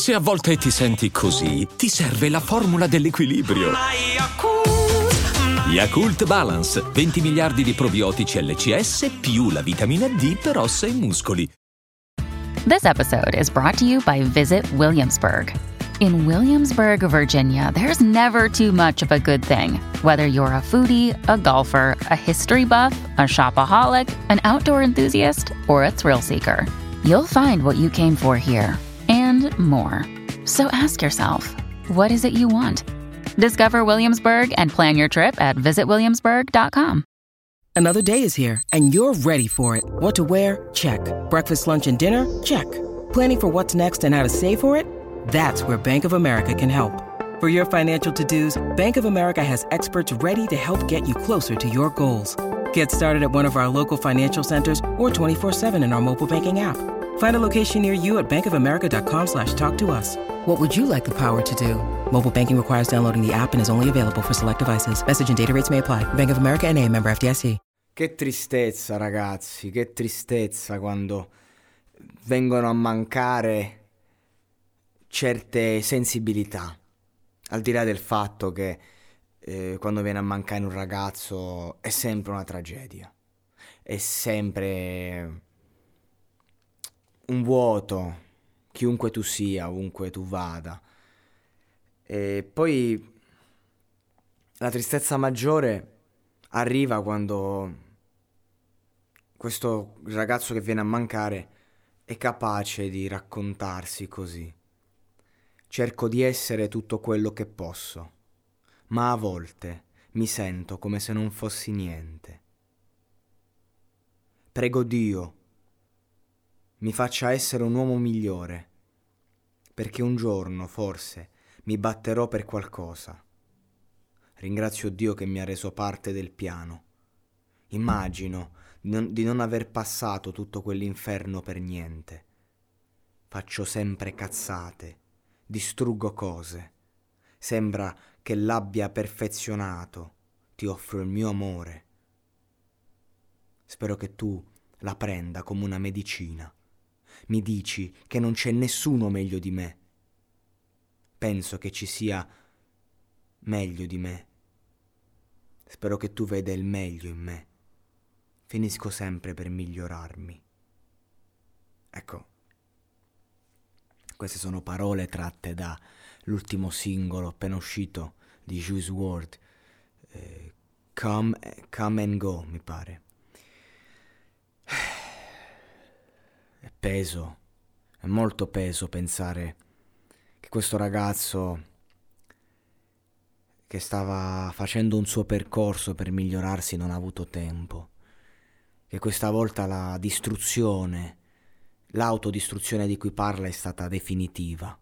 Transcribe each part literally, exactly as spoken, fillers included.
Se a volte ti senti così, ti serve la formula dell'equilibrio. Yakult Balance, venti miliardi di probiotici L C S più la vitamina D per ossa e muscoli. This episode is brought to you by Visit Williamsburg. In Williamsburg, Virginia, there's never too much of a good thing. Whether you're a foodie, a golfer, a history buff, a shopaholic, an outdoor enthusiast, or a thrill seeker, you'll find what you came for here and more. So ask yourself, what is it you want? Discover Williamsburg and plan your trip at visit williamsburg dot com. Another day is here, and you're ready for it. What to wear? Check. Breakfast, lunch, and dinner? Check. Planning for what's next and how to save for it? That's where Bank of America can help. For your financial to-dos, Bank of America has experts ready to help get you closer to your goals. Get started at one of our local financial centers or twenty-four seven in our mobile banking app. Find a location near you at bankofamerica.com slash talk to us. What would you like the power to do? Mobile banking requires downloading the app and is only available for select devices. Message and data rates may apply. Bank of America N A, member F D I C. Che tristezza, ragazzi, che tristezza quando vengono a mancare certe sensibilità. Al di là del fatto che eh, quando viene a mancare un ragazzo è sempre una tragedia. È sempre un vuoto, chiunque tu sia, ovunque tu vada. E poi la tristezza maggiore arriva quando questo ragazzo che viene a mancare è capace di raccontarsi così. Cerco di essere tutto quello che posso, ma a volte mi sento come se non fossi niente. Prego Dio mi faccia essere un uomo migliore, perché un giorno forse mi batterò per qualcosa. Ringrazio Dio che mi ha reso parte del piano. Immagino di non, di non aver passato tutto quell'inferno per niente. Faccio sempre cazzate, distruggo cose. Sembra che l'abbia perfezionato. Ti offro il mio amore. Spero che tu la prenda come una medicina. Mi dici che non c'è nessuno meglio di me. Penso che ci sia meglio di me. Spero che tu veda il meglio in me. Finisco sempre per migliorarmi. Ecco, queste sono parole tratte dall'ultimo singolo appena uscito di Juice world, eh, Come, Come and Go, mi pare. È peso, è molto peso pensare che questo ragazzo che stava facendo un suo percorso per migliorarsi non ha avuto tempo, che questa volta la distruzione, l'autodistruzione di cui parla è stata definitiva.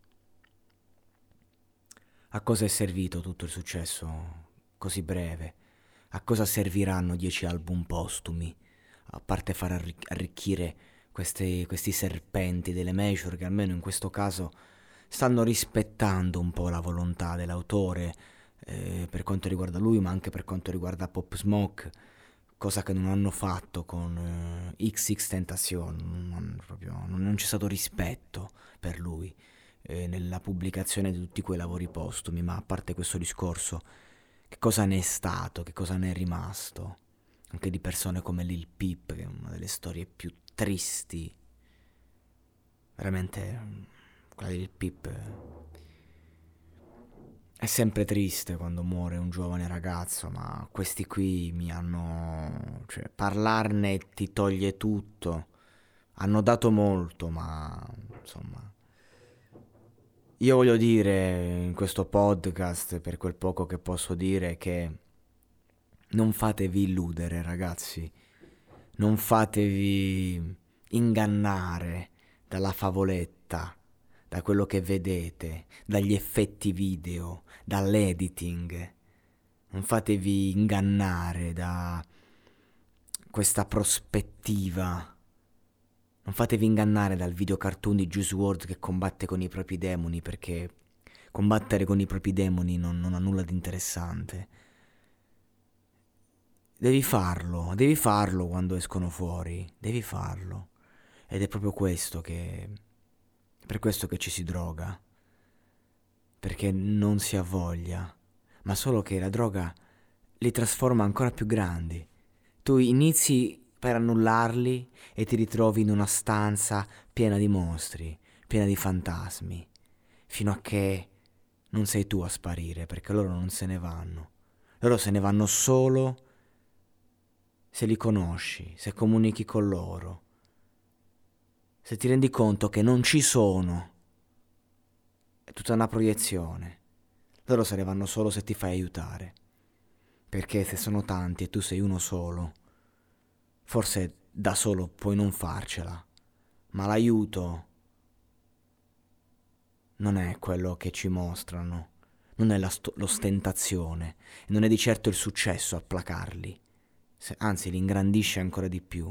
A cosa è servito tutto il successo così breve? A cosa serviranno dieci album postumi? A parte far arricch- arricchire questi, questi serpenti delle major che almeno in questo caso stanno rispettando un po' la volontà dell'autore, eh, per quanto riguarda lui, ma anche per quanto riguarda Pop Smoke, cosa che non hanno fatto con eh, X X Tentacion. Non, proprio, non c'è stato rispetto per lui eh, nella pubblicazione di tutti quei lavori postumi. Ma a parte questo discorso, che cosa ne è stato, che cosa ne è rimasto anche di persone come Lil Peep, che è una delle storie più tristi, veramente. Quella di Lil Peep è sempre triste quando muore un giovane ragazzo, ma questi qui mi hanno, cioè, parlarne ti toglie tutto. Hanno dato molto, ma insomma, io voglio dire in questo podcast, per quel poco che posso dire, che non fatevi illudere, ragazzi, non fatevi ingannare dalla favoletta, da quello che vedete, dagli effetti video, dall'editing. Non fatevi ingannare da questa prospettiva. Non fatevi ingannare dal video cartoon di Juice world che combatte con i propri demoni, perché combattere con i propri demoni non, non ha nulla di interessante. Devi farlo, devi farlo quando escono fuori, devi farlo. Ed è proprio questo che È per questo che ci si droga, perché non si ha voglia, ma solo che la droga li trasforma ancora più grandi. Tu inizi per annullarli e ti ritrovi in una stanza piena di mostri, piena di fantasmi, fino a che non sei tu a sparire, perché loro non se ne vanno. Loro se ne vanno solo se li conosci, se comunichi con loro, se ti rendi conto che non ci sono. È tutta una proiezione. Loro se ne vanno solo se ti fai aiutare, perché se sono tanti e tu sei uno solo, forse da solo puoi non farcela, ma l'aiuto non è quello che ci mostrano, non è la sto- l'ostentazione, non è di certo il successo a placarli, se- anzi li ingrandisce ancora di più.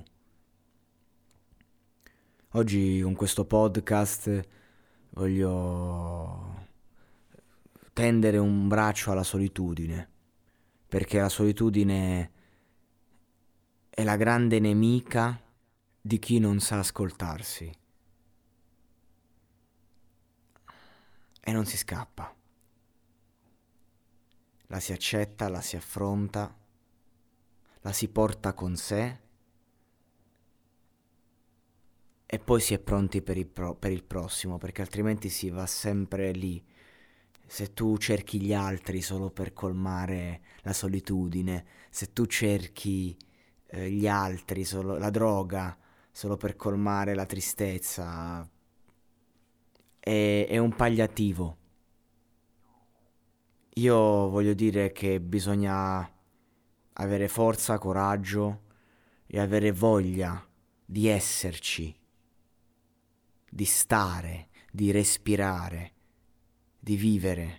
Oggi con questo podcast voglio tendere un braccio alla solitudine, perché la solitudine è la grande nemica di chi non sa ascoltarsi e non si scappa. La si accetta, la si affronta, la si porta con sé e poi si è pronti per il, pro- per il prossimo, perché altrimenti si va sempre lì. Se tu cerchi gli altri solo per colmare la solitudine, se tu cerchi eh, gli altri, solo, la droga, solo per colmare la tristezza, è, è un palliativo. Io voglio dire che bisogna avere forza, coraggio e avere voglia di esserci, di stare, di respirare, di vivere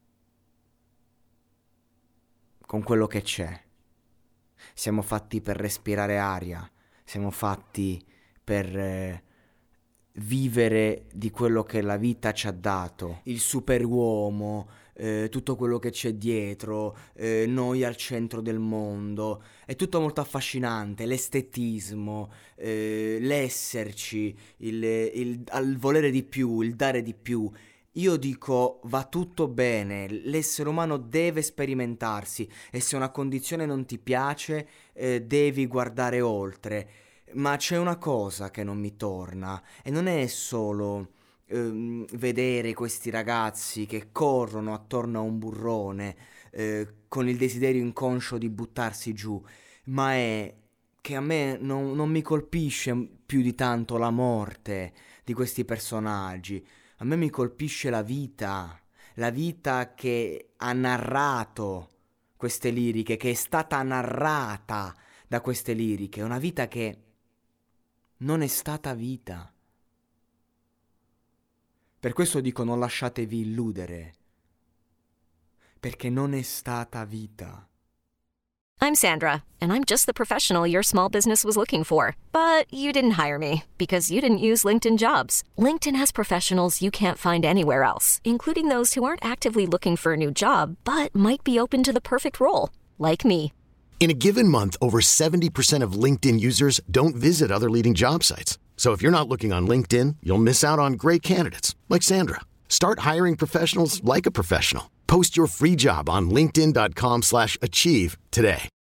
con quello che c'è. Siamo fatti per respirare aria, siamo fatti per eh, vivere di quello che la vita ci ha dato, il superuomo, eh, tutto quello che c'è dietro, eh, noi al centro del mondo. È tutto molto affascinante, l'estetismo, eh, l'esserci, il, il, il volere di più, il dare di più. Io dico, va tutto bene, l'essere umano deve sperimentarsi e se una condizione non ti piace, eh, devi guardare oltre. Ma c'è una cosa che non mi torna e non è solo ehm, vedere questi ragazzi che corrono attorno a un burrone eh, con il desiderio inconscio di buttarsi giù, ma è che a me non, non mi colpisce più di tanto la morte di questi personaggi. A me mi colpisce la vita, la vita che ha narrato queste liriche, che è stata narrata da queste liriche, una vita che non è stata vita. Per questo dico non lasciatevi illudere, perché non è stata vita. I'm Sandra, and I'm just the professional your small business was looking for. But you didn't hire me because you didn't use LinkedIn Jobs. LinkedIn has professionals you can't find anywhere else, including those who aren't actively looking for a new job, but might be open to the perfect role, like me. In a given month, over seventy percent of LinkedIn users don't visit other leading job sites. So if you're not looking on LinkedIn, you'll miss out on great candidates like Sandra. Start hiring professionals like a professional. Post your free job on linkedin dot com slash achieve today.